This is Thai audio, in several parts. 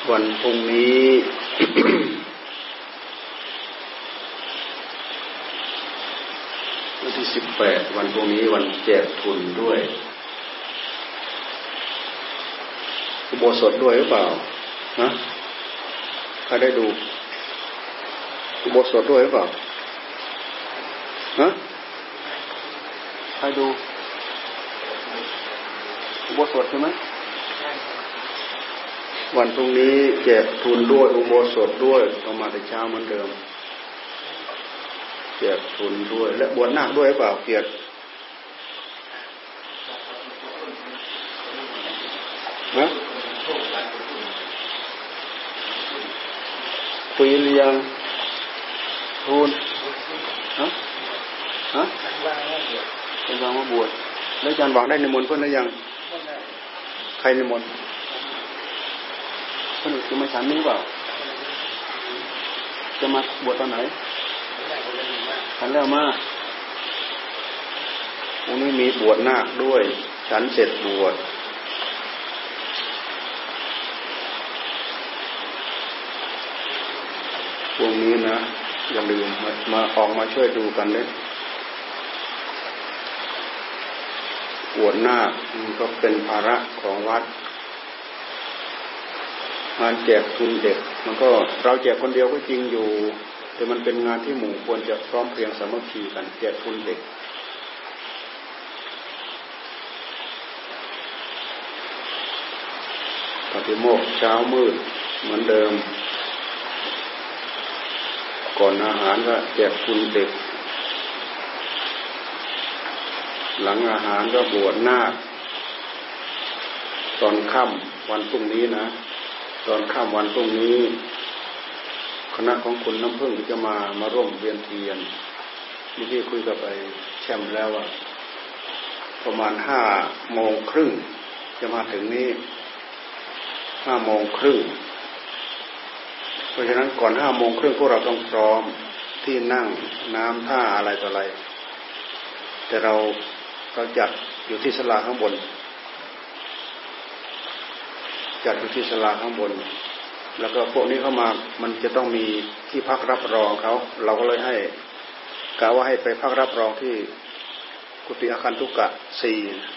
วันพรุ่งนี้ วันที่18วันพรุ่งนี้วันแจกทุนด้วยอุโบสถด้วยหรือเปล่าฮะใครได้ดูอุโบสถด้วยหรือเปล่าฮะใครดูอุโบสถใช่ไหมวันพรุ่งนี้แจกทุนด้วยอุโบสถด้วยต้องมาแต่เช้าเหมือนเดิมแจกทุนด้วยและบวชนาคด้วยหรือเปล่าเกียรติฮะคุยหรือยังทุนฮะเป็นวางมาบวชแล้วอาจารย์หวังได้นิมนต์เพื่อนหรือยังใครนิมนต์เพื่อนจะมาฉันนี้เปล่าจะมาบวชตอนไหนฉันแล้วมาวันนี้มีบวชนาคด้วยฉันเสร็จบวชพวกนี้นะอย่าลืมมาออกมาช่วยดูกันเลยบวชนาคมันก็เป็นภาระของวัดงานแจกทุนเด็กมันก็เราแจกคนเดียวก็จริงอยู่แต่มันเป็นงานที่หมู่ควรจะพร้อมเพรียงสามัคคีกันแจกทุนเด็กปฏิโมกข์เช้ามืดเหมือนเดิมก่อนอาหารก็แจกทุนเด็กหลังอาหารก็บวชนาคตอนค่ำวันพรุ่งนี้นะตอนค่ำวันพรุ่งนี้คณะของคุณน้ำผึ้งจะมาร่วมเวียนเทียนนี่ที่คุยกับไอ้แชมป์แล้วว่าประมาณ5:30จะมาถึงนี้5:30เพราะฉะนั้นก่อน5:30พวกเราต้องพร้อมที่นั่งน้ำท่าอะไรต่ออะไรแต่เราจัดอยู่ที่ศาลาข้างบนจัดอยู่ที่ศาลาข้างบนแล้วก็พวกนี้เข้ามามันจะต้องมีที่พักรับรองเขาเราก็เลยให้กะว่าให้ไปพักรับรองที่กุฏิอาคันตุกะ4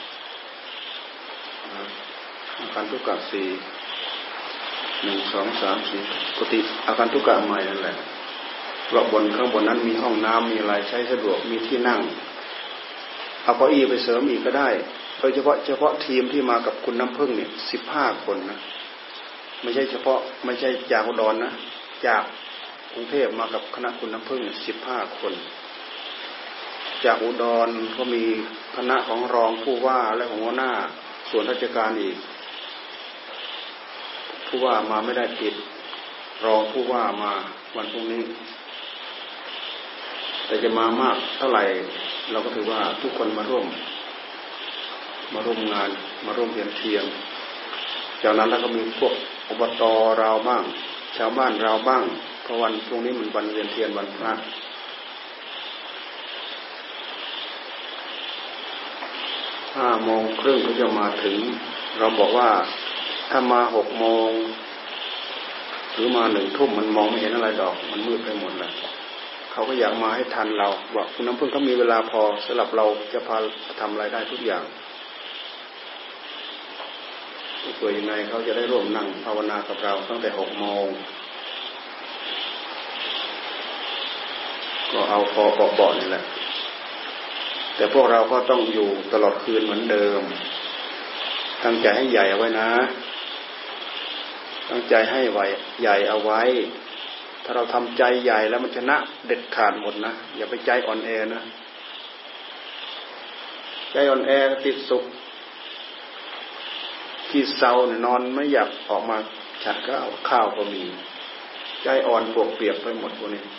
อาคันตุกะ4 1 2 3 4กุฏิอาคันตุกะใหม่นั่นแหละเพราะข้างบนนั้นมีห้องน้ำมีอะไรใช้สะดวกมีที่นั่งเอาเก้าอี้ไปเสริมอีกก็ได้โดยเฉพาะทีมที่มากับคุณน้ำผึ้งเนี่ย15 คนนะไม่ใช่จากอุดรนะจากกรุงเทพมากับคณะคุณน้ำผึ้ง15 คนจากอุดรก็มีคณะของรองผู้ว่าและของหัวหน้าส่วนราชการอีกผู้ว่ามาไม่ได้ติดรองผู้ว่ามาวันพรุ่งนี้แต่จะมามากเท่าไหร่เราก็ถือว่าทุกคนมาร่วมงานมาร่วมเวียนเทียนจากนั้นแล้วก็มีพวกอบตเราบ้างชาวบ้านเราบ้างเพราะวันพรุ่งนี้มันวันเวียนเทียนวันพระ5:30ก็จะมาถึงเราบอกว่าถ้ามา6:00หรือมา1 ทุ่มมันมองไม่เห็นอะไรดอกมันมืดไปหมดแล้วเขาก็อยากมาให้ทันเราบอกคุณน้ำผึ้งเขามีเวลาพอสำหรับเราจะพาทำอะไรได้ทุกอย่างเผื่อยังไงเขาจะได้ร่วมนั่งภาวนากับเราตั้งแต่6:00ก็เอาพอเบาๆนี่แหละแต่พวกเราก็ต้องอยู่ตลอดคืนเหมือนเดิมตั้งใจให้ใหญ่เอาไว้นะตั้งใจให้ใหญ่เอาไว้ถ้าเราทำใจใหญ่แล้วมันชนะเด็ดขาดหมดนะอย่าไปใจอ่อนแอนะใจอ่อนแอติดสุขที่เศร้านอนไม่อยากออกมาฉันข้าวก็มีใจอ่อนปวกเปียกไปหมดพวกนี้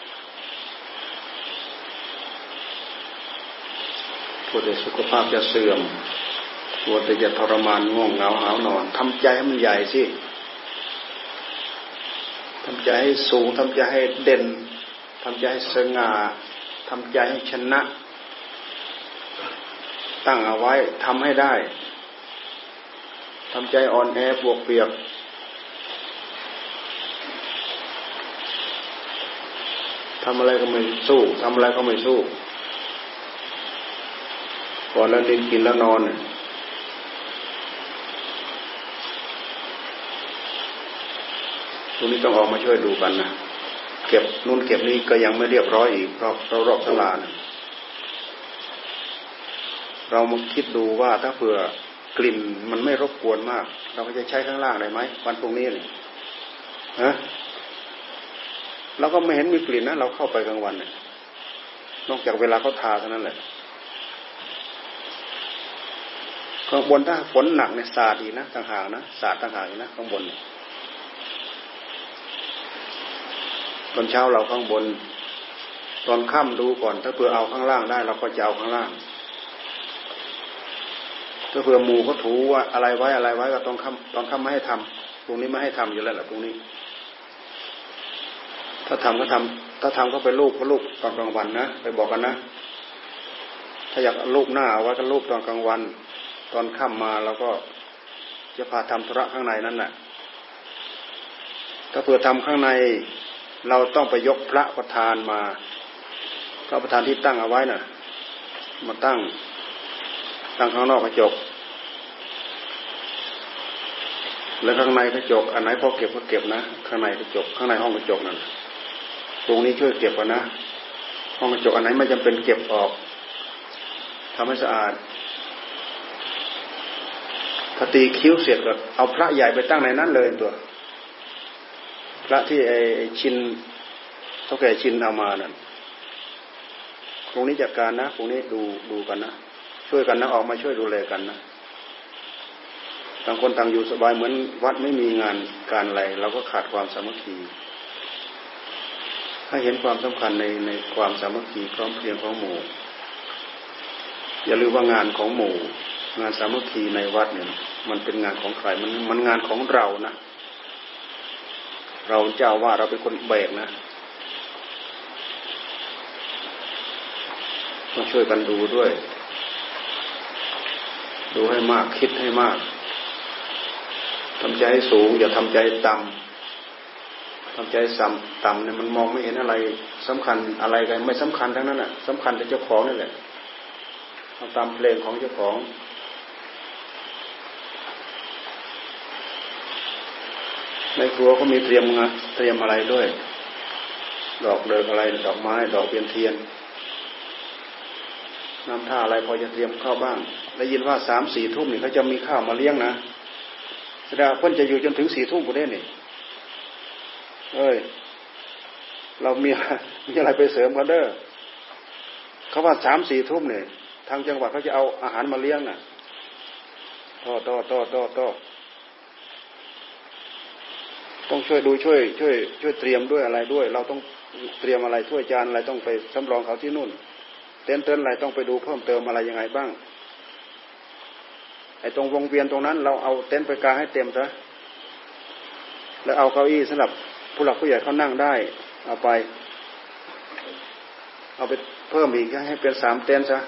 ปวดแต่สุขภาพจะเสื่อมปวดแต่จะทรมานง่วงเหงาหาวนอนทำใจให้มันใหญ่สิทำใจให้สูงทำใจให้เด่นทำใจให้สง่าทำใจให้ชนะตั้งเอาไว้ทำให้ได้ทำใจอ่อนแอปวกเปียกำอะไรก็ไม่สู้ทำอะไรก็ไม่สู้ก่อนแล้วดินกินแล้วนอนตรงนี้ต้องออกมาช่วยดูกันนะเก็บนู่นเก็บนี้ก็ยังไม่เรียบร้อยอีกเพราะรอบศาลานะเรามาคิดดูว่าถ้าเผื่อกลิ่นมันไม่รบกวนมากเราก็จะใช้ข้างล่างได้ไหมวันพรุ่งนี้นี่ฮะเราก็ไม่เห็นมีกลิ่นนะเราเข้าไปกลางวันเนี่ยนอกจากเวลาเขาทาเท่านั้นแหละข้างบนถ้าฝนหนักเนี่ยสาดอีกนะต่างหากนะสาดต่างหากนะข้างบนตอนเช้าเราข้างบนตอนค่ำดูก่อนถ้าเผื่อเอาข้างล่างได้เราก็จะเอาข้างล่างถ้าเผื่อหมู่ก็ถูว่าอะไรไว้ก็ตอนค่ำไม่ให้ทำตรงนี้ไม่ให้ทำอยู่แล้วแหละตรงนี้ถ้าทำก็ทำถ้าทำก็ไปลูบตอนกลางวันนะไปบอกกันนะถ้าอยากลูบหน้าเอาไว้ก็ลูบตอนกลางวันตอนค่ำมาเราก็จะพาทำธุระข้างในนั่นแหละถ้าเผื่อทำข้างในเราต้องไปยกพระประธานมาพระประธานที่ตั้งเอาไว้น่ะมาตั้งข้างนอกกระจกแล้วข้างในกระจกอันไหนพอเก็บก็เก็บนะข้างในกระจกข้างในห้องกระจกนั่นตรงนี้ช่วยเก็บกันนะห้องกระจกอันไหนไม่จำเป็นเก็บออกทำให้สะอาดพอตีคิ้วเสร็จก็เอาพระใหญ่ไปตั้งในนั้นเลยตัวพระที่ไอ้ชินเท่าแก่ชินเอามานั่นตรงนี้จัดการนะตรงนี้ดูกันนะช่วยกันนะออกมาช่วยดูแลกันนะต่างคนต่างอยู่สบายเหมือนวัดไม่มีงานการอะไรเราก็ขาดความสามัคคีให้เห็นความสำคัญในความสามัคคีพร้อมเพรียงของหมู่อย่าลืมว่างานของหมู่งานสามัคคีในวัดเนี่ยมันเป็นงานของใครมันงานของเรานะเราเจ้าว่าเราเป็นคนแบกนะต้องช่วยกันดูด้วยดูให้มากคิดให้มากทำใจให้สูงอย่าทำใจต่ำทำใจต่ำเนี่ยมันมองไม่เห็นอะไรสำคัญอะไรกันไม่สำคัญทั้งนั้นน่ะสำคัญแต่เจ้าของนี่แหละทำตามเพลงของเจ้าของในครัวก็มีเตรียมอะไรด้วยดอกเดิกอะไรดอกไม้ดอกเบียนเทียนน้ำท่าอะไรพอจะเตรียมข้าวบ้างได้ยินว่า3-4 ทุ่มนี่เขาจะมีข้าวมาเลี้ยงนะแสดงเพิ่นจะอยู่จนถึง4 ทุ่มกูได้นี่เรามีอะไรไปเสริมกันเด้อเขาว่า3-4 ทุ่มเนี่ยทางจังหวัดเขาจะเอาอาหารมาเลี้ยงน่ะต่อต้องช่วยดูช่วยเตรียมด้วยอะไรด้วยเราต้องเตรียมอะไรถ้วยจานอะไรต้องไปสำรองเขาที่นู่นเต็นท์อะไรต้องไปดูเพิ่มเติมอะไรยังไงบ้างไอ้ตรงวงเวียนตรงนั้นเราเอาเต็นท์ไปกางให้เต็มซะแล้วเอาเก้าอี้สำหรับผู้หลักผู้ใหญ่เขานั่งได้เอาไปเพิ่มอีกให้เป็น3 เต็นท์ซะ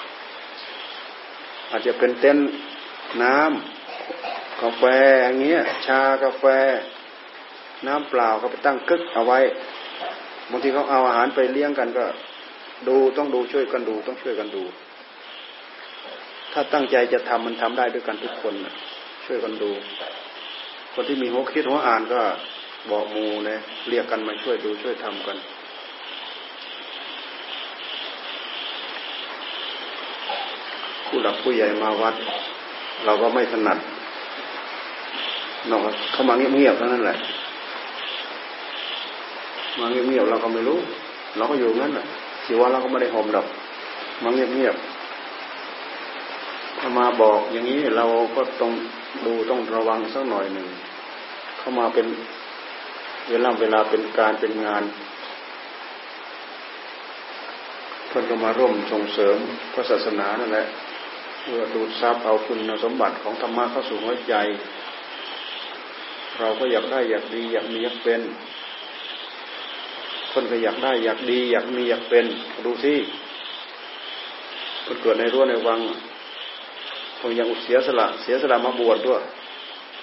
อาจจะเป็นเต็นท์น้ำกาแฟอย่างเงี้ยชากาแฟน้ำเปล่าเขาไปตั้งกึกเอาไว้บางทีเขาเอาอาหารไปเลี้ยงกันก็ต้องดูช่วยกันดูต้องช่วยกันดูถ้าตั้งใจจะทำมันทำได้ด้วยกันทุกคนนะช่วยกันดูคนที่มีหัวคิดหัวอ่านก็บอกหมู่นะเรียกกันมาช่วยดูช่วยทำกันผู้หลักผู้ใหญ่มาวัดเราก็ไม่ถนัดเราเข้ามาเงียบๆเท่านั้นแหละมาเงียบๆเราก็ไม่รู้เราก็อยู่งั้นแหละสิว่าเราก็ไม่ได้ห่มดอกมาเงียบๆถ้ามาบอกอย่างนี้เราก็ต้องดูต้องระวังสักหน่อยหนึ่งเข้ามาเป็นเวลาเป็นการเป็นงานเพื่อนก็มาร่วมส่งเสริมพระศาสนานั่นแหละเพื่อดูดซับเอาคุณสมบัติของธรรมะเข้าสู่หัวใจเราก็อยากได้อยากดีอยากมีอยากเป็นคนก็อยากได้อยากดีอยากมีอยากเป็นดูสิคนเกิดในรั้วในวังคนยังเสียสละมาบวชด้วย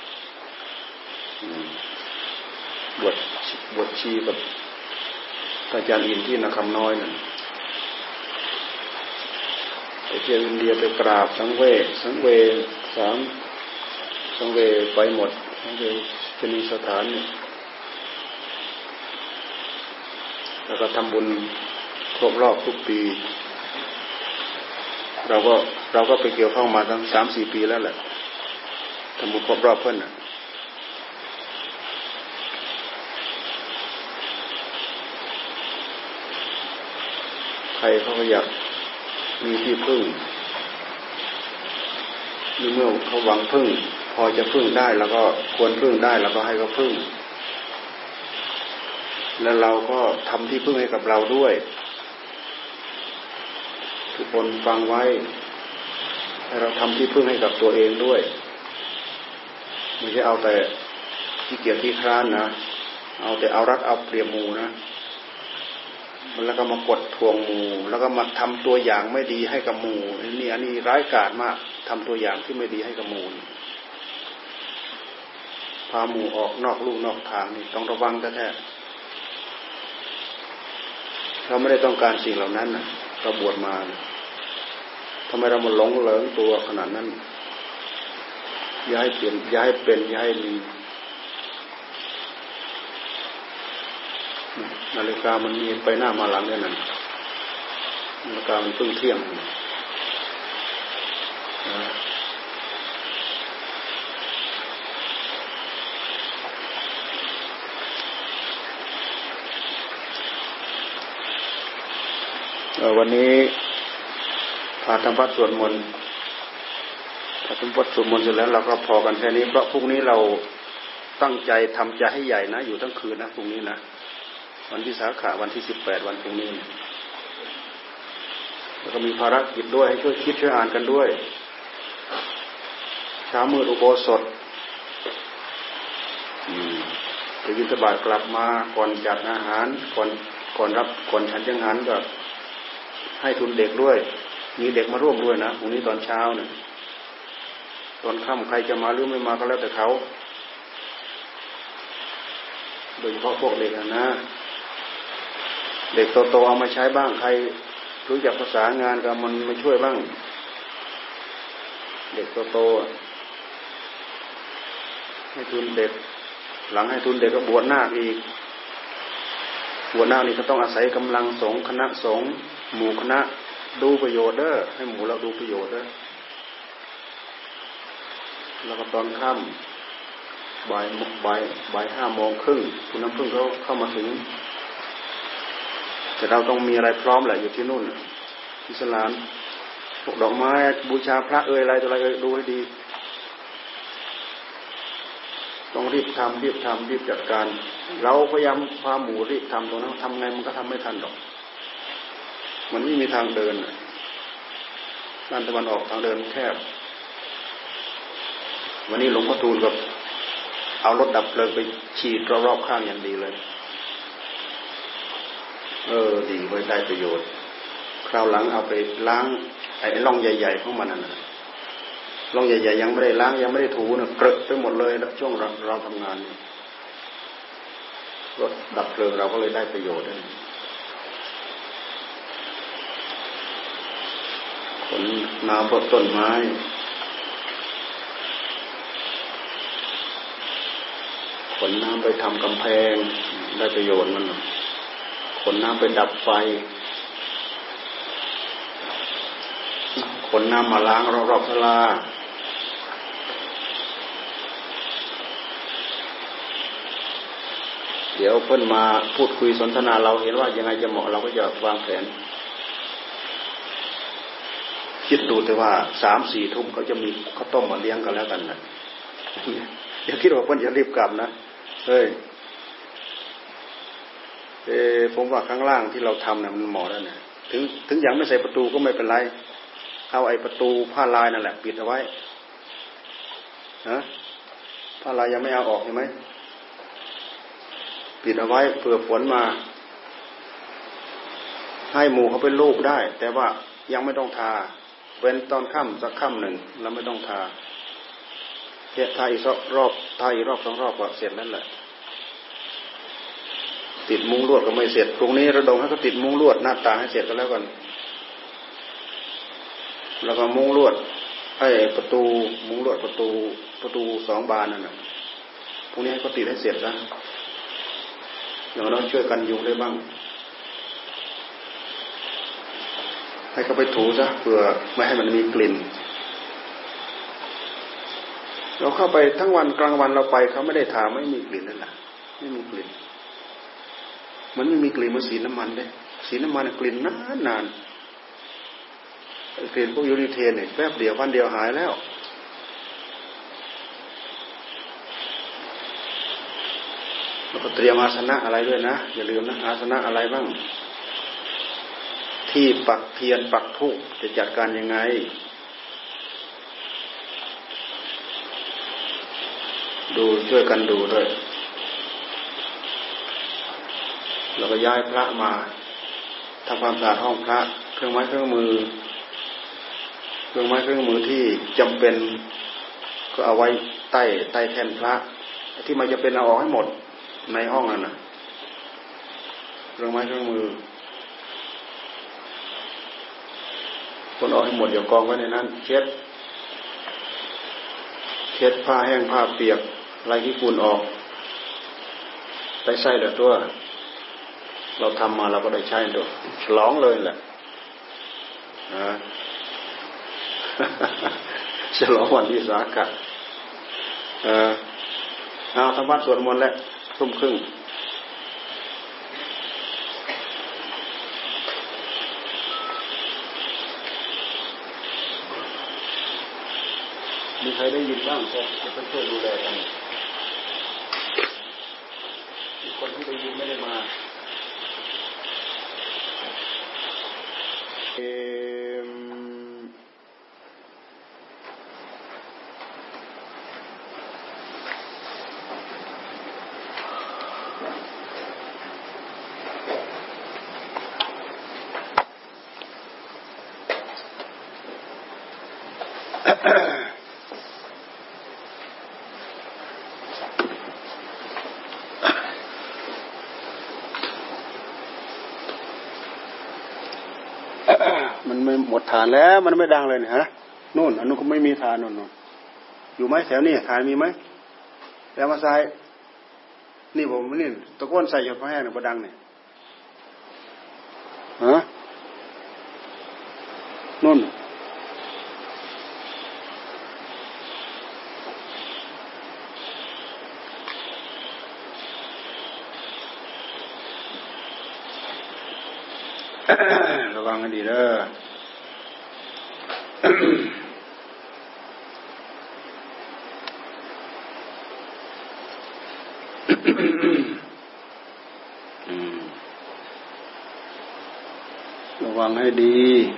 บวชชีกับอาจารย์อินที่นาคำน้อยนั่นไปเที่ยวอินเดียไปกราบสังเวไปหมดสังเวชนีสถานนี่แล้วก็ทำบุญครบรอบทุกปีเราก็ไปเกี่ยวข้องมาตั้ง 3-4 ปีแล้วแหละทำบุญครบรอบเพิ่นน่ะใครเขาก็อยากมีที่พึ่งหรือเมื่อเขาหวังพึ่งพอจะพึ่งได้แล้วก็ควรพึ่งได้แล้วก็ให้เขาพึ่งแล้วเราก็ทำที่พึ่งให้กับเราด้วยทุกคนฟังไว้ให้เราทำที่พึ่งให้กับตัวเองด้วยไม่ใช่เอาแต่ขี้เกียจขี้คร้านนะเอาแต่เอารัดเอาเปรียบหมู่นะแล้วก็มากดทวงหมู่แล้วก็มาทำตัวอย่างไม่ดีให้กับหมู่อันนี้ร้ายกาจมากทำตัวอย่างที่ไม่ดีให้กับหมู่พาหมู่ออกนอกลู่นอกทางนี่ต้องระวังแท้ๆเราไม่ได้ต้องการสิ่งเหล่านั้นนะเราบวชมาทำไมเรามาหลงเหลิงตัวขนาดนั้นอย่าให้เปลี่ยนอย่าให้เป็นอย่าให้มีนาฬิกามันมีไปหน้ามาหลังเนี่ยนั่นนาฬิกามันเพิ่งเที่ยงวันนี้พาทำวัดสวดมนต์พาทำวัดสวดมนต์เสร็จแล้วเราก็พอกันแค่นี้เพราะพรุ่งนี้เราตั้งใจทำใจให้ใหญ่นะอยู่ทั้งคืนนะพรุ่งนี้นะวันที่สาขะวันที่18วันพรุ่งนี้แล้วก็มีภารกิจด้วยให้ช่วยคิดช่วยอ่านกันด้วยเช้ามืดอุโบสถไปบิณฑบาตกลับมาก่อนจัดอาหารก่อนฉันจังหันก็ให้ทุนเด็กด้วยมีเด็กมาร่วมด้วยนะพรุ่งนี้ตอนเช้าเนี่ยตอนค่ำใครจะมาหรือไม่มาก็แล้วแต่เขาโดยเฉพาะพวกเด็กนะเด็กโตๆเอามาใช้บ้างใครรู้จักภาษางานก็มันมาช่วยบ้างเด็กโตๆให้ทุนเด็กหลังให้ทุนเด็กก็บวชนาคอีกบวชนาคนี่ก็ต้องอาศัยกำลังสงฆ์คณะสงฆ์หมู่คณะดูประโยชน์เด้อให้หมู่เราดูประโยชน์เด้อแล้วก็ตอนค่ำบ่าย5 โมงครึ่งคุณน้ำพึ่งเขาเข้ามาถึงแต่เราต้องมีอะไรพร้อมแหละอยู่ที่นู่นที่ศาลพวกดอกไม้บูชาพระอะไรตัวอะไรดูให้ดีต้องรีบทำรีบจัดการเราพยายามพาหมู่รีบทำตรงนั้นทำไงมันก็ทำไม่ทันหรอกมันไม่มีทางเดินด้านตะวันออกทางเดินแคบวันนี้หลวงพ่อทูลกับเอารถดับเพลิงไปฉีดรอบๆข้างอย่างดีเลยดีไว้ได้ประโยชน์คราวหลังเอาไปล้างไอ้ร่องใหญ่ๆของมันนั่นร่องใหญ่ๆยังไม่ได้ล้างยังไม่ได้ถูนะเกลอะไปหมดเลยช่วงเราทำงานรถดับเพลิงเราก็เลยได้ประโยชน์ขนน้ำพดต้นไม้ขนน้ำไปทำกำแพงได้ประโยชน์มันขนน้ำไปดับไฟขนน้ำมาล้างรอบๆศาลาเดี๋ยวเพิ่นมาพูดคุยสนทนาเราเห็นว่ายังไงจะเหมาะเราก็จะวางแผนคิดดูแต่ว่า 3-4 ทุ่มเขาจะมีข้าวต้มมาเลี้ยงกันแล้วกันนะอย่าคิดว่าเพิ่นจะรีบกลับนะผมว่าข้างล่างที่เราทำเนี่ยมันเหมาะแล้วเนี่ยถึงยังไม่ใส่ประตูก็ไม่เป็นไรเอาไอ้ประตูผ้าลายนั่นแหละปิดเอาไว้ผ้าลายยังไม่เอาออกเห็นไหมปิดเอาไว้เผื่อฝนมาให้หมู่เขาเป็นลูกได้แต่ว่ายังไม่ต้องทาเว้นตอนค่ำสักค่ำหนึ่งแล้วไม่ต้องทาทาอีกรอบ2 รอบก็เสร็จแล้วแหละติดมุ้งลวดก็ไม่เสร็จตรงนี้ระดมให้เขาติดมุ้งลวดหน้าต่างให้เสร็จก็แล้วกันแล้วก็มุ้งลวดไอ้ประตูมุ้งลวดประตู2 บานนั่นน่ะพวกนี้ให้เขาติดให้เสร็จนะอย่างน้อยช่วยกันยุงได้บ้างให้เขาไปถูซะเพื่อไม่ให้มันมีกลิ่นเราเข้าไปทั้งวันกลางวันเราไปเขาไม่ได้ทาไม่มีกลิ่นนั่นแหละไม่มีกลิ่นมันไม่มีกลิ่นเหมือนสีน้ำมันเด้สีน้ำมันกลิ่นนานกลิ่นพวกยูริเทนเนี่ยแป๊บเดียววันเดียวหายแล้วแล้วก็เตรียมอาสนะอะไรด้วยนะอย่าลืมนะอาสนะอะไรบ้างที่ปักเทียนปักธูปจะจัดการยังไงดูช่วยกันดูด้วยแล้วก็ย้ายพระมาทำความสะอาดห้องพระเครื่องไม้เครื่องมือที่จำเป็นก็เอาไว้ใต้แท่นพระที่มันจะเป็นเอาออกให้หมดในห้องนั่นน่ะเครื่องไม้เครื่องมือคนออกให้หมดอย่ากองไว้ในนั้นเช็ดผ้าแห้งผ้าเปียกอะไรที่ฝุ่นออกไปใส่เดี๋ยวตัวเราทำมาเราก็ได้ใช้ตัวฉลองเลยแหละฉลองวันวิสาขะเอาทำวัดสวดมนต์แล้วทุ่มครึ่งมีใครได้ยินบ้างจะไปช่วยดูแลกันมีคนที่ได้ยินไม่ได้มามันไม่หมดฐานแล้วมันไม่ดังเลยเนี่ยฮะนู่นอันนู้นก็ไม่มีฐานนู่นอยู่ไหมแถวนี้ฐานมีไหมแล้วมาใส่นี่ผมนี่ตะโกนใส่หยดพระแห้งเนี่ยบ่ดังเนี่ยฮะนู่นระวังให้ดีเด้อระวังให้ดี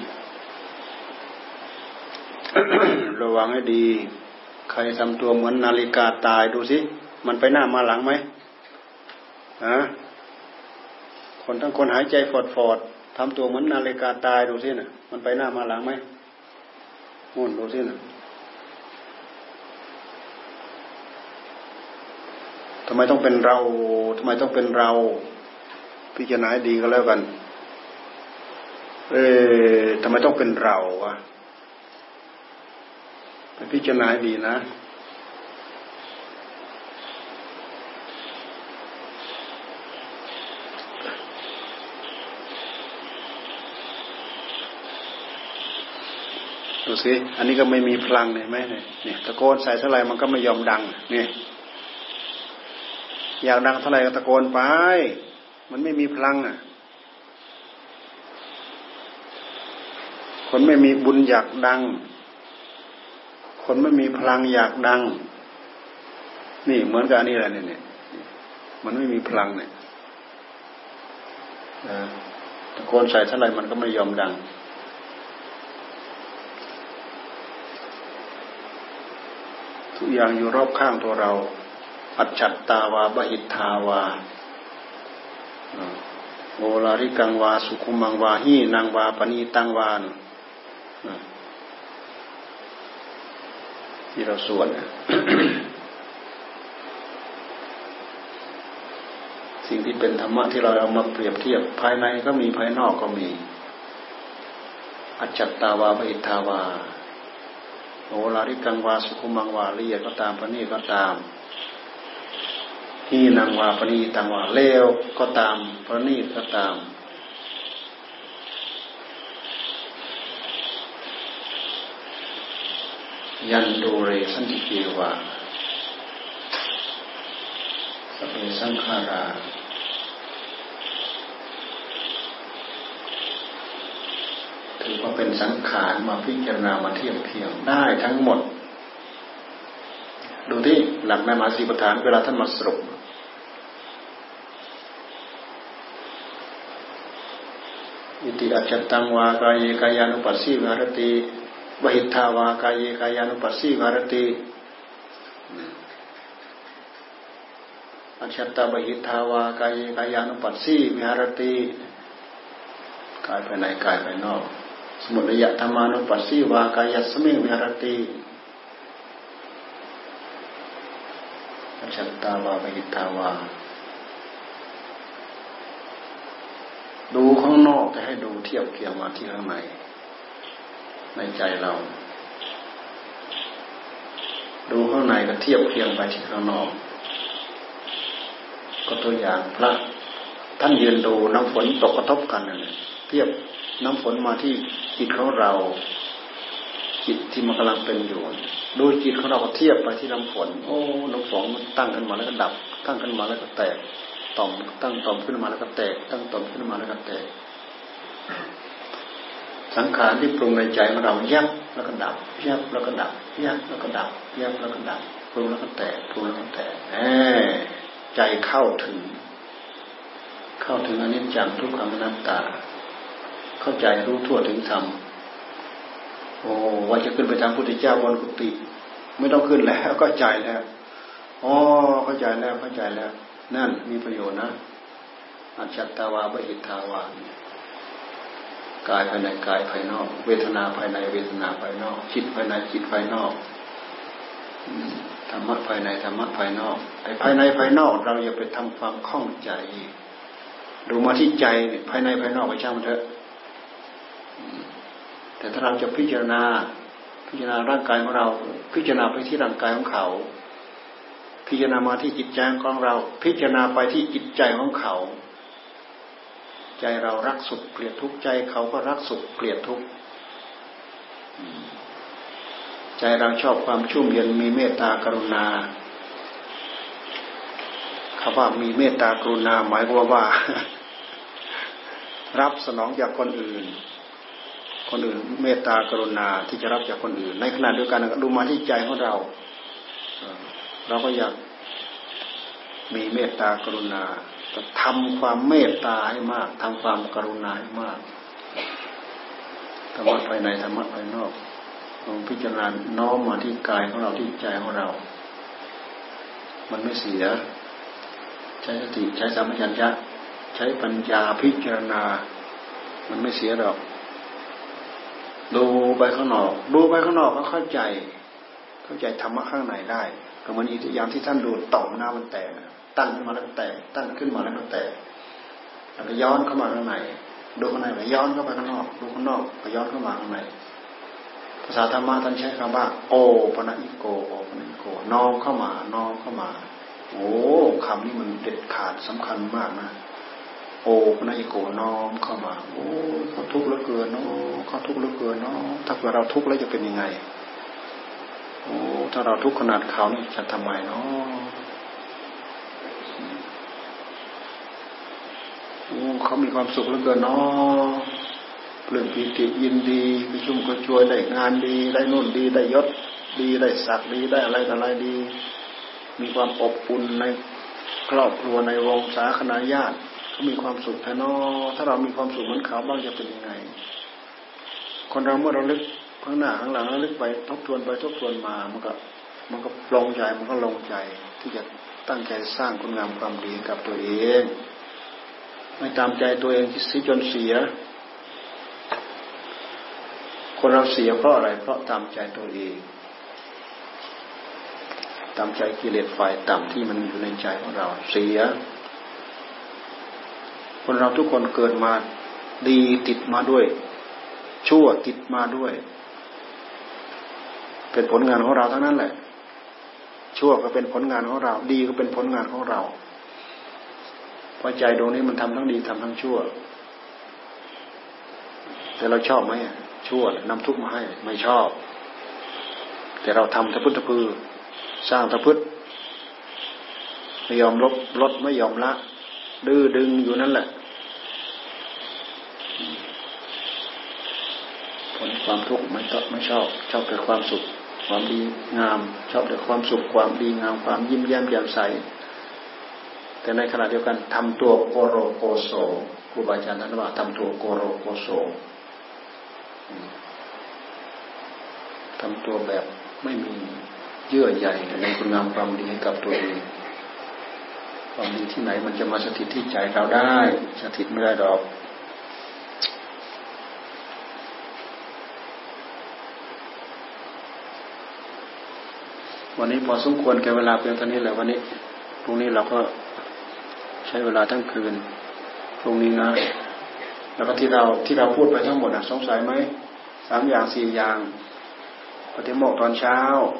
ระวังให้ดีใครทำตัวเหมือนนาฬิกาตายดูสิมันไปหน้ามาหลังไหมฮะคนทั้งคนหายใจฟอดทำตัวเหมือนนาฬิกาตายดูสิน่ะมันไปหน้ามาหลังไหมมุ่นดูสิน่ะทำไมต้องเป็นเราทำไมต้องเป็นเราพิจารณาให้ดีก็แล้วกันทำไมต้องเป็นเราวะไปพิจารณาให้ดีนะดูสิอันนี้ก็ไม่มีพลังเลยไหมเนี่ยตะโกนใส่เท่าไหร่มันก็ไม่ยอมดังเนี่ยอยากดังเท่าไหร่ก็ตะโกนไปมันไม่มีพลังอ่ะคนไม่มีบุญอยากดังคนไม่มีพลังอยากดังนี่เหมือนกับอันนี้แหละเนี่ยมันไม่มีพลังเนี่ยตะโกนใส่เท่าไหร่มันก็ไม่ยอมดังทุกอย่างอยู่รอบข้างตัวเราอัจฉัตตาวาบหิทธาวาโอลาริกังวาสุขุมังวาหีนางวาปณีตังวาที่เราสวด สิ่งที่เป็นธรรมะที่เราเอามาเปรียบเทียบภายในก็มีภายนอกก็มีอัจฉัตตาวาปหิทธาวาโอลาริกังวาสุขุมังวาละเอียดก็ตามประณีตก็ตามฮีนังวาปณีตังวาเลวก็ตามประณีตก็ตามยันโดเรสันติเกวาสัพเพสังขาราถือว่าเป็นสังขารมาพิจารณามาเทียบเคียงได้ทั้งหมดดูที่หลักในมหาสติปัฏฐานเวลาท่านมาสรุปอิติอัจฉตังวากายเยกายานุปัสสีวิหารติวหิทธาวากายเยกายานุปัสสีวิหารติอัจฉตวหิทธาวากายเยกายานุปัสสีวิหารติกายภายในกายภายนอกสมุทัยธรรมานุปัสสีวากายัสสมิงวิหารติอัจฉตาวาวหิทธาวาดูข้างนอกจะให้ดูเทียบเคียงมาที่ข้างในในใจเราดูข้างในก็เทียบเคียงไปที่ข้างนอกก็ตัวอย่างพระท่านยืนดูน้ำฝนตกกระทบกันนั่นเทียบน้ำฝนมาที่จิตของเราจิตที่มันกำลังเป็นอยู่ดูจิตของเราก็เทียบไปที่น้ำฝนโอ้น้ำฝนมันตั้งขึ้นมาแล้วก็ดับตั้งขึ้นมาแล้วก็แตกต่อมตั้งต่อมขึ้นมาแล้วก็แตกตั้งต่อมขึ้นมาแล้วก็แตกสังขารที่ปรุงในใจของเรายับแล้วก็ดับยับแล้วก็ดับยับแล้วก็ดับยับแล้วก็ดับปรุงแล้วก็แตกปรุงแล้วก็แตกใจเข้าถึงอนิจจังทุกขังอนัตตาเข้าใจรู้ทั่วถึงธรรมโอ้ว่าจะขึ้นไปทางพุทธเจ้าบนกุฏิไม่ต้องขึ้นแล้วก็ใจแล้วอ๋อเข้าใจแล้วนั่นมีประโยชน์นะอัจฉตาวาปหิทธาวากายภายในกายภายนอกเวทนาภายในเวทนาภายนอกจิตภายในจิตภายนอกธรรมะภายในธรรมะภายนอกไอ้ภายในภายนอกเราอย่าไปทำความข้องใจดูมาที่ใจภายในภายนอกไปช่างมันเถอะแต่ถ้าเราจะพิจารณาร่างกายของเราพิจารณาไปที่ร่างกายของเขาพิจารณามาที่จิตใจของเราพิจารณาไปที่จิตใจของเขาใจเรารักสุขเกลียดทุกข์ใจเขาก็รักสุขเกลียดทุกข์ใจเราชอบความชุ่มเย็นมีเมตตากรุณาคำว่ามีเมตตากรุณาหมายความว่ารับสนองจากคนอื่นเมตตากรุณาที่จะรับจากคนอื่นในขณะเดียวกันดูมาที่ใจของเราก็อยากมีเมตตากรุณาทำความเมตตาให้มากทำความกรุณาให้มากธรรมะภายในธรรมะภายนอกลองพิจารณาน้อมมาที่กายของเราที่ใจของเรามันไม่เสียใช้สติใช้สัมปชัญญะใช้ปัญญาพิจารณามันไม่เสียหรอกดูไปข้างนอกก็เข้าใจธรรมะข้างในได้ก็เหมือนอย่างที่ท่านดูต่อมน้ำมันแตกตั้งขึ้นมาแล้วก็แตกตั้งขึ้นมาแล้วก็แตกแล้วก็ย้อนเข้ามาข้างในดูข้างในก็ย้อนเข้าไปข้างนอกดูข้างนอกก็ย้อนเข้ามาข้างในภาษาธรรมะท่านใช้คำว่าโอปนัญิโกน้อมเข้ามาโอ้คำนี้มันเด็ดขาดสำคัญมากนะโอปนัญิโกน้อมเข้ามาโอ้เขาทุกข์เหลือเกินเนาะเขาทุกข์เหลือเกินเนาะถ้าเกิดเราทุกข์แล้วจะเป็นยังไงโอ้ถ้าเราทุกข์ขนาดเขานี่จะทำไมเนาะโอ้เขามีความสุขเหลือเกินเนาะเปลื้มปีติยินดีกระชุ่มกระชวยได้งานดีได้นู่นดีได้ยศดีได้ศักดิ์ดีได้อะไรต่ออะไรดีมีความอบอุ่นในครอบครัวในวงศาคณาญาติเขามีความสุขแท้เนาะถ้าเรามีความสุขเหมือนเขาบ้างจะเป็นยังไงคนเราเมื่อเราลึกข้างหน้าข้างหลังแล้วลึกไปทบทวนไปทบทวนมามันก็ลงใจมันก็ลงใจที่จะตั้งใจสร้างคุณงามความดีกับตัวเองไม่ตามใจตัวเองที่จนเสียคนเราเสียเพราะอะไรเพราะตามใจตัวเองตามใจกิเลสฝ่ายต่ำที่มันอยู่ในใจของเราเสียคนเราทุกคนเกิดมาดีติดมาด้วยชั่วติดมาด้วยเป็นผลงานของเราทั้งนั้นแหละชั่วก็เป็นผลงานของเราดีก็เป็นผลงานของเราเพราะใจดวงนี้มันทำทั้งดีทำทั้งชั่วแต่เราชอบไหมชั่วนำทุกข์มาให้ไม่ชอบแต่เราทำตะพุตตะพือสร้างตะพุตไม่ยอมลดไม่ยอมละดื้อดึงอยู่นั่นแหละผลความทุกข์ไม่ชอบแต่ความสุขความดีงามชอบแต่ความสุขความดีงามความยิ้มแย้มแจ่มใสแต่ในขณะเดียวกันทำตัวโกโรโกโสครูบาอาจารย์ท่านว่าทำตัวโกโรโกโสทำตัวแบบไม่มีเยื่อใยในคุณงามความดีให้กับตัวเองความดีที่ไหนมันจะมาสถิตที่ใจเราได้สถิตไม่ได้ดอกวันนี้พอสมควรแก่เวลาเพียงเท่านี้แหละวันนี้พรุ่งนี้เราก็ใช้เวลาทั้งคืนพรุ่งนี้นะแล้วก็ที่เราพูดไปทั้งหมดสงสัยไหม3 อย่าง 4 อย่างปฏิโมกข์ตอนเช้า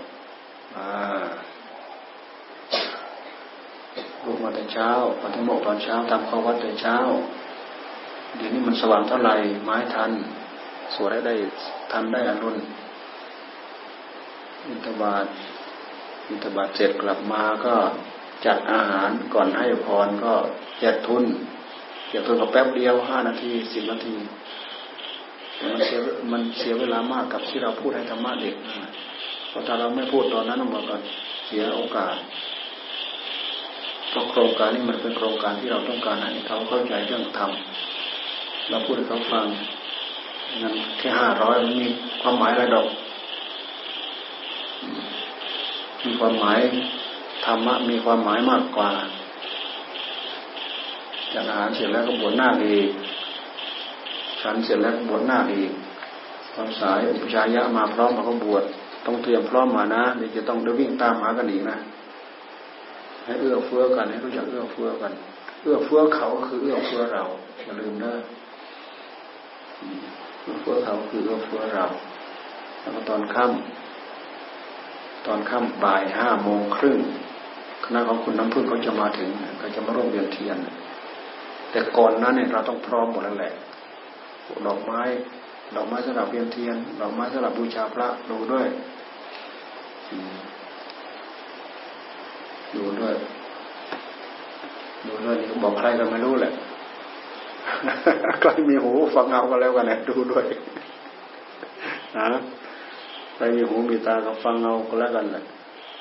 ลุกมาแต่เช้าปฏิโมกข์ตอนเช้าทำข้อวัดแต่เช้าเดี๋ยวนี้มันสว่างเท่าไหร่ไม้ทันสวดได้ทันได้อรุณบิณฑบาตเสร็จกลับมาก็จัดอาหารก่อนให้พรก็แจกทุนก็แป๊บเดียว5 นาที10 นาทีมันเสียเวลามากกับที่เราพูดให้ธรรมะเด็กเพราะถ้าเราไม่พูดตอนนั้นมันก็เสียโอกาสเพราะโครงการนี้มันเป็นโครงการที่เราต้องการให้เขาเข้าใจเรื่องธรรมเราพูดให้เขาฟังงั้นแค่500มันมีความหมายอะไรดอกมีความหมายธรรมะมีความหมายมากกว่าจากอาหารเสร็จแล้วก็บวชหน้าอีกฉันเสร็จแล้วบวชหน้าอีกตอนสายอุปชายะมาพร้อมเราก็บวชต้องเตรียมพร้อมมานะเดี๋ยวจะต้องเดินวิ่งตามหากันอีกนะให้เอื้อเฟื้อกันให้รู้จักเอื้อเฟื้อกันเอื้อเฟื้อเขาก็คือเอื้อเฟื้อเราอย่าลืมนะเอื้อเฟื้อเขาคือเอื้อเฟื้อเราแล้วก็ตอนค่ำบ่าย5:30คณะของคุณน้ำพึ่งเขาจะมาถึงเขาจะมาร่วมเวียนเทียนแต่ก่อนนั้นเนี่ยเราต้องพร้อมหมดแล้วแหละดอกไม้สำหรับเวียนเทียนดอกไม้สำหรับบูชาพระดูด้วยนี่บอกใครก็ไม่รู้แหละใครมีหูฟังเอาก็แล้วกันนะดูด้วยนะใครมีหูมีตาก็ฟังเอาก็แล้วกันแหละ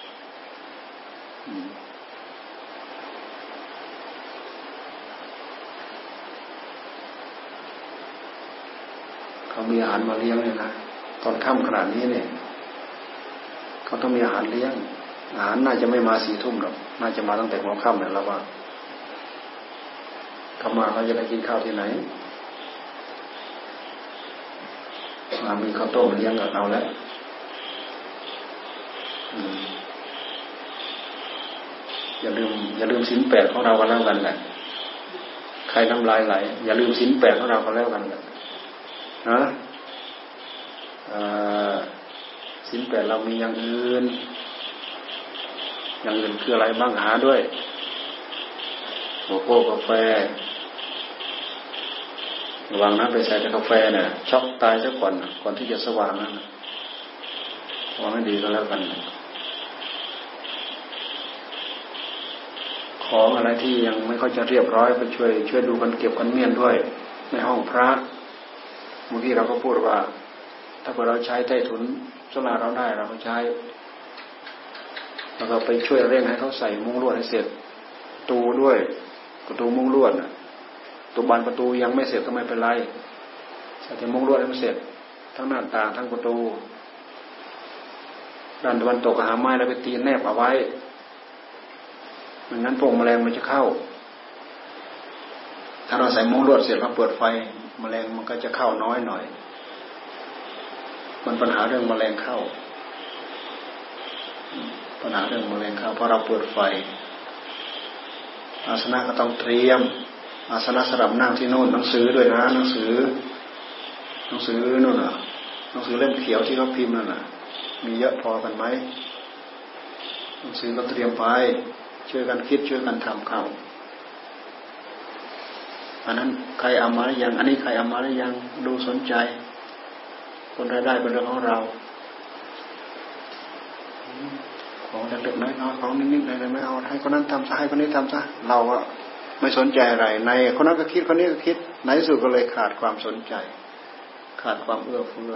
เขามีอาหารมาเลี้ยงเลยนะตอนค่ำขนาดนี้เนี่ยเขาต้องมีอาหารเลี้ยงอาหารน่าจะไม่มา4 ทุ่มหรอกน่าจะมาตั้งแต่หัวค่ำแล้วว่าเขามาเขาจะได้กินข้าวที่ไหนมามีข้าวต้มเลี้ยงกับเราแล้วอย่าลืมศีล 8ของเราก็แล้วกันแหละใครน้ำลายไหลอย่าลืมศีล 8ของเราก็แล้วกันแหละนะศีล 8เรามีอย่างอื่นคืออะไรบ้างหาด้วยโกโก้กาแฟระวังนะไปใส่กาแฟเนี่ยช็อกตายซะก่อนที่จะสว่างนะวางให้ดีก็แล้วกันของอะไรที่ยังไม่ค่อยจะเรียบร้อยไปช่วยดูกันเก็บกันเมียนด้วยในห้องพระเมื่อกี้เราก็พูดว่าถ้าเราใช้ใต้ถุนศาลาเราได้เราก็ใช้แล้วก็ไปช่วยเร่งให้เขาใส่มุ้งลวดให้เสร็จประตูด้วยประตูมุ้งลวดตัวบานประตูยังไม่เสร็จก็ไม่เป็นไรใส่แต่มุ้งลวดให้มันเสร็จทั้งหน้าต่างทั้งประตูด้านตะวันตกหาไม้แล้วไปตีแนบเอาไว้ไม่งั้นพวกแมลงมันจะเข้าถ้าเราใส่มุ้งลวดเสร็จเราเปิดไฟแมลงมันก็จะเข้าน้อยหน่อยมันปัญหาเรื่องแมลงเข้าเพราะเราเปิดไฟอาสนะก็ต้องเตรียมอาสนะสำหรับนั่งที่โน่นหนังสือด้วยนะหนังสือโน่นน่ะหนังสือเล่มเขียวที่เขาพิมพ์นั่นน่ะมีเยอะพอกันไหมหนังสือก็เตรียมไปช่วยกันคิดช่วยกันทำเข้าอันนั้นใครเอามาหรือยังอันนี้ใครเอามาหรือยังดูสนใจคนรายได้เป็นเรื่องของเราของเล็กๆน้อยๆของนิดๆหน่อยๆไม่เอาให้คนนั้นทำซะให้คนนี้ทำซะเราก็ไม่สนใจอะไรในคนนั้นก็คิดคนนี้ก็คิดในที่สุดก็เลยขาดความสนใจขาดความเอื้อเฟื้อ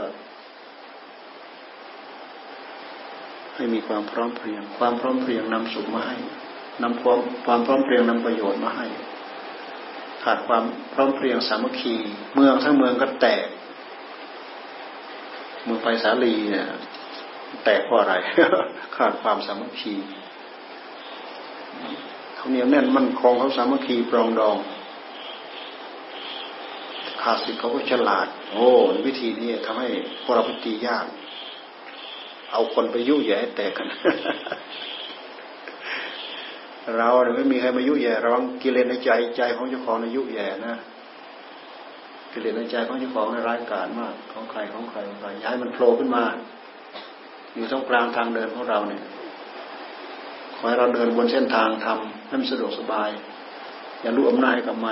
ให้มีความพร้อมเพรียงความพร้อมเพรียงนำสุขมาให้นำความพร้อมเพรียงนำประโยชน์มาให้ขาดความพร้อมเพรียงสามัคคีเมืองทั้งเมืองก็แตกเมืองไปสาลีเนี่ยแตกเพราะอะไร ขาดความสามัคคีเขาเหนียวแน่นมั่นคงเขาสามัคคีปรองดองขาดสิเขาก็ฉลาดโอ้วิธีนี้ทำให้พวกเราปฏิยากเอาคนไปยุ่ยแย่แตกกัน เราเนี่ยไม่มีใครมายุ่ยแย่ระวังกิเลสในใจของเจ้าของในยุ่ยแย่นะกิเลสในใจของเจ้าของในร้ายกาจมากของใครย้ายมันโผล่ขึ้นมาอยู่ตรงกลางทางเดินของเราเนี่ยขอให้เราเดินบนเส้นทางทำให้มันสะดวกสบายอย่ารู้อำนาจให้กับมัน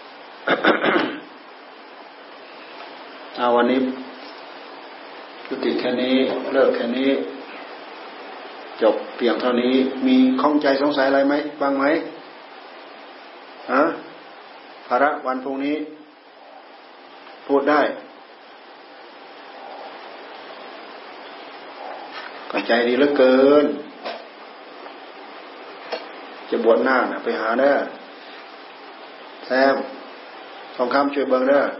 เอาวันนี้ยุติแค่นี้เลิกแค่นี้จบเพียงเท่านี้มีข้องใจสงสัยอะไรไหมบ้างไหมฮะภาระวันพรุ่งนี้พูดได้ก็ใจดีเหลือเกินจะบวชหน้าน่ะไปหาเด้อแซมทองคำช่วยเบิ่งเด้อ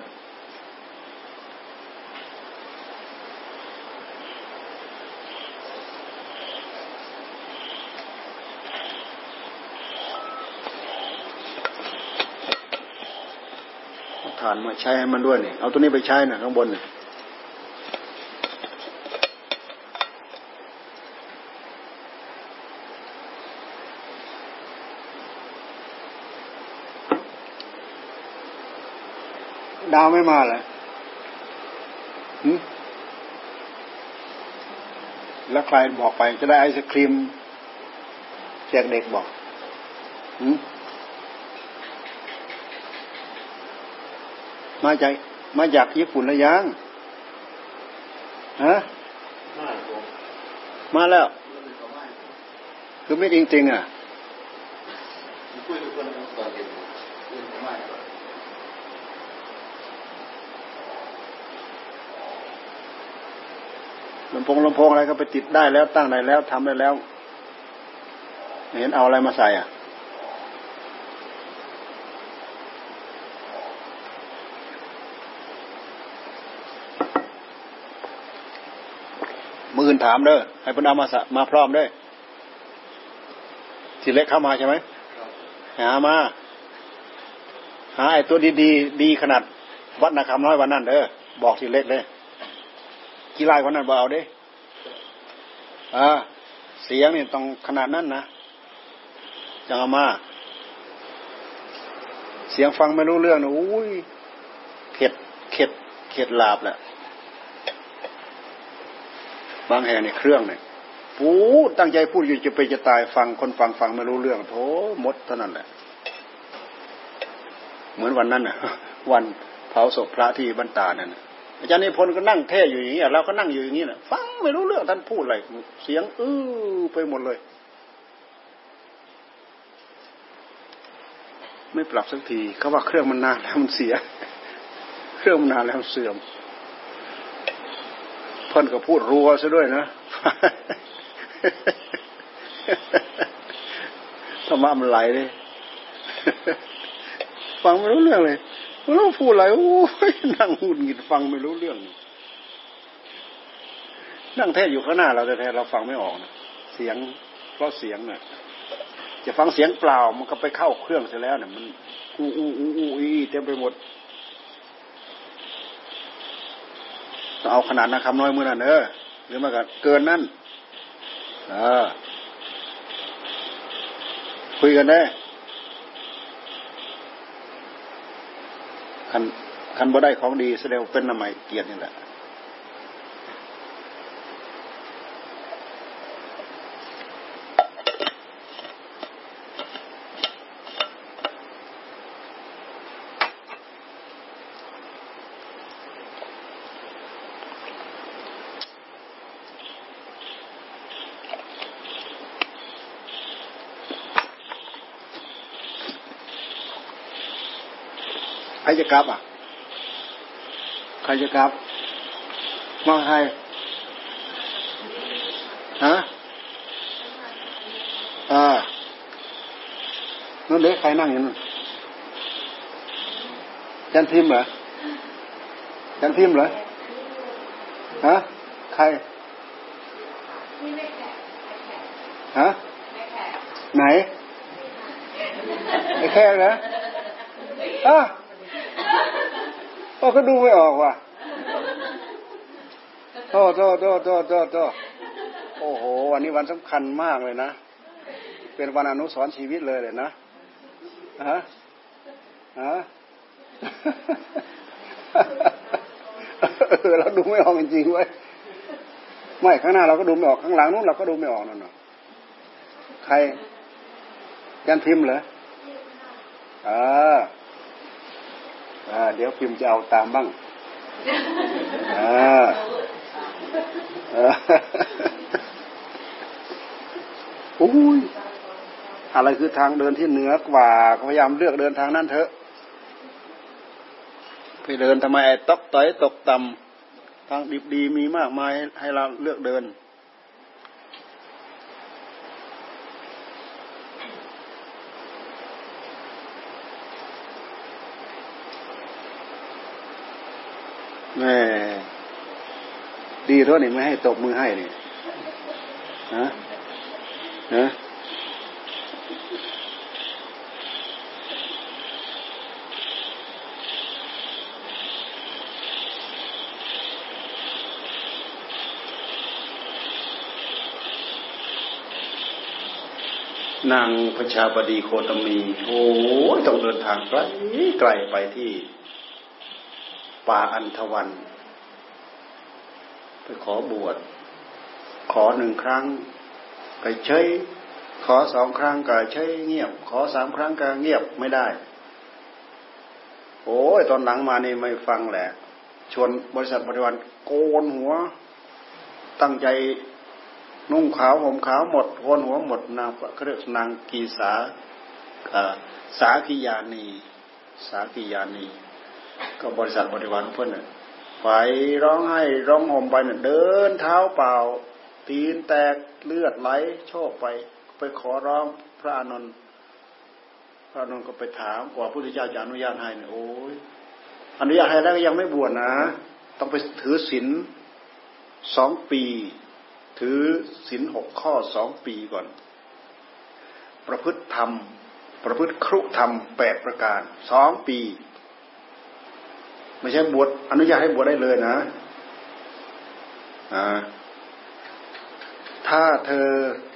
ฐานมาใช้ให้มันด้วยนี่เอาตัวนี้ไปใช้น่ะข้างบนนี่ดาวไม่มาเหรอแล้วใครบอกไปจะได้ไอศครีมแจกเด็กบอกมาจากญี่ปุ่นแล้วยังฮะมาแล้วคือไม่จริงๆอ่ะลำโพงอะไรก็ไปติดได้แล้วตั้งได้แล้วทำได้แล้วเห็นเอาอะไรมาใส่อ่ะมืออื่นถามเด้อให้เพิ่นเอามาพร้อมเด้อทีเล็กเข้ามาใช่ไหมหามาหาไอ้ตัวดีขนาดวัดนาคำน้อยวันนั้นเด้อบอกทีเล็กเลยกี่ไร่วันนั้นบ่เอาเด้เสียงนี่ต้องขนาดนั้นนะจังเอามาเสียงฟังไม่รู้เรื่องนะอุ้ยเข็ดลาบแหละบางแห่งในเครื่องเนี่ยพูดตั้งใจพูดอยู่จะตายฟังคนฟังไม่รู้เรื่องโธ่มดเท่านั้นแหละเหมือนวันนั้นน่ะวันเผาศพพระที่บ้านตานั่นอาจารย์นิพนธ์ก็นั่งเทศอยู่อย่างนี้เราก็นั่งอยู่อย่างนี้น่ะฟังไม่รู้เรื่องท่านพูดอะไรเสียงไปหมดเลยไม่ปรับสักทีเขาว่าเครื่องมันนานแล้วมันเสียเครื่องมันนานแล้วเสื่อมเพิ่นก็พูดรัวซะด้วยนะธรรมะมันไหลเลยฟังไม่รู้เรื่องเลยไม่รู้พูดอะไรโอ้ยนั่งหงุดหงิดฟังไม่รู้เรื่องนั่งเทศอยู่ข้างหน้าเราแต่เราฟังไม่ออกนะเสียงเพราะเสียงน่ะจะฟังเสียงเปล่ามันก็ไปเข้าเครื่องเสียแล้วเนี่ยมันอีเต็มไปหมดต้องเอาขนาดนะคำน้อยมือนั่นหรือมากเกินนั่นคุยกันได้คันบ่ได้ของดีแสดงเป็นน้ำใหม่เกียรตินี่แหละใครจะกลับอ่ะใครจะกลับมาใครฮะนั่นเด็กใครนั่งอยู่นั่นจันทิมเหรอจันทิมเหรอฮะใครฮะไหนไอ้แค่เหรอก็ดูไม่ออกว่ะโทษโอ้โหวันนี้วันสำคัญมากเลยนะเป็นวันอนุสรณ์ชีวิตเลยนะฮะเราดูไม่ออกจริงๆเว้ยไม่ข้างหน้าเราก็ดูไม่ออกข้างหลังนู้นเราก็ดูไม่ออกนั่นน่ะใครยันพิมพ์เหรอเดี๋ยวพิมพ์จะเอาตามบ้างอุ้ยอะไรคือทางเดินที่เหนือกว่าพยายามเลือกเดินทางนั้นเถอะไปเดินทำไมตกต่อยตกต่ำทางดิบดีมีมากมายให้เราเลือกเดินแม่ดีด้วยนี่ไม่ให้ตบมือให้นี่ฮะนางประชาบดีโคตมีโอ้ยต้องเดินทางไกลไปที่ป่าอันธวันไปขอบวชขอ1 ครั้งก็เฉยขอ2 ครั้งก็เฉยเงียบขอ3 ครั้งก็เงียบไม่ได้โอ้ยตอนหลังมานี่ไม่ฟังแหละชวนบริษัทบริวารโกนหัวตั้งใจนุ่งขาวห่มขาวหมดโกนหัวหมดนางเขาเรียกนางกีสาสากิยานีก็บริษัทบริวารเพื่อนน่ะไปร้องไห้ร้องห่มไปน่ะเดินเท้าเปล่าตีนแตกเลือดไหลโชกไปขอร้องพระอานนท์ก็ไปถามกว่าพระพุทธเจ้าจะอนุญาตให้เนี่ยโอ้ยอนุญาตให้แล้วก็ยังไม่บวชนะต้องไปถือศีล2 ปีถือศีล6 ข้อ2 ปีก่อนประพฤติธรรมประพฤติครุธรรม8 ประการ2 ปีไม่ใช่บวชอนุญาตให้บวชได้เลยนะถ้าเธอ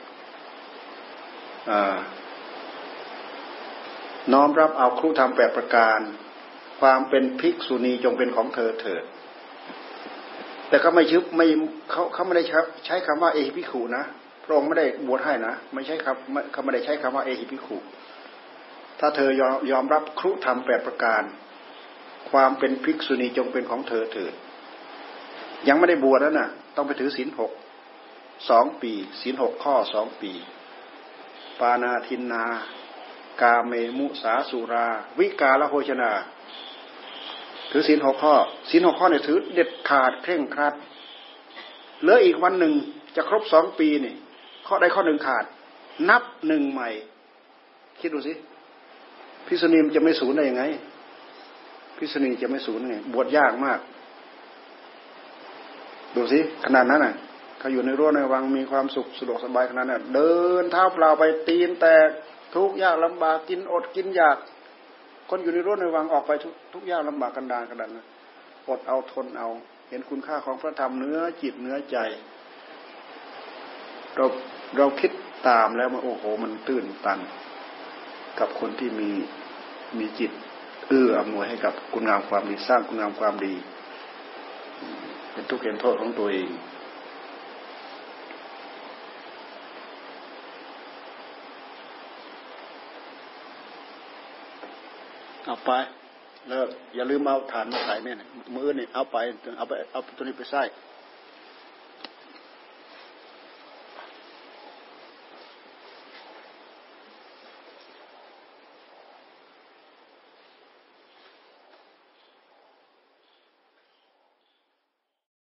น้อมรับเอาครุธรรม8 ประการความเป็นภิกษุณีจงเป็นของเธอเถิดแต่เขาเขาไม่ได้ใช้คำว่าเอหิภิกขุนะพระองค์ไม่ได้บวชให้นะไม่ใช่ครับเขาไม่ได้ใช้คำว่าเอหิภิกขุถ้าเธอยอมรับครุธรรม8 ประการความเป็นภิกษุณีจงเป็นของเธอเถิดยังไม่ได้บวชแล้วน่ะต้องไปถือศีล6 2 ปีศีล6 ข้อ2 ปีปานาทินนากาเมมุสาสุราวิกาลโภชนาถือศีล6 ข้อศีล6 ข้อเนี่ยถือเด็ดขาดเคร่งครัดเหลืออีกวันหนึ่งจะครบ2 ปีนี่ข้อใดข้อหนึ่งขาดนับ1ใหม่คิดดูสิภิกษุณีจะไม่สูญได้ยังไงภิกษุณีจะไม่สูญไงบวชยากมากดูสิขนาดนั้นน่ะเขาอยู่ในรั้วในวังมีความสุขสะดวกสบายขนาดนั้นเดินเท้าเปล่าไปตีนแตกทุกข์ยากลำบากกินอดกินอยากคนอยู่ในรั้วในวังออกไปทุกข์ยากลำบากกันดารกันดันนะอดเอาทนเอาเห็นคุณค่าของพระธรรมเนื้อจิตเนื้อใจเราคิดตามแล้วมันโอ้โหมันตื้นตันกับคนที่มีจิตอำนวยให้กับคุณงามความดีสร้างคุณงามความดีเป็นทุกข์เห็นโทษของตัวเองเอาไปแล้วอย่าลืมเอาฐานมาใส่เนี่ยมือนี่เอาไปเอาตัวนี้ไปใส่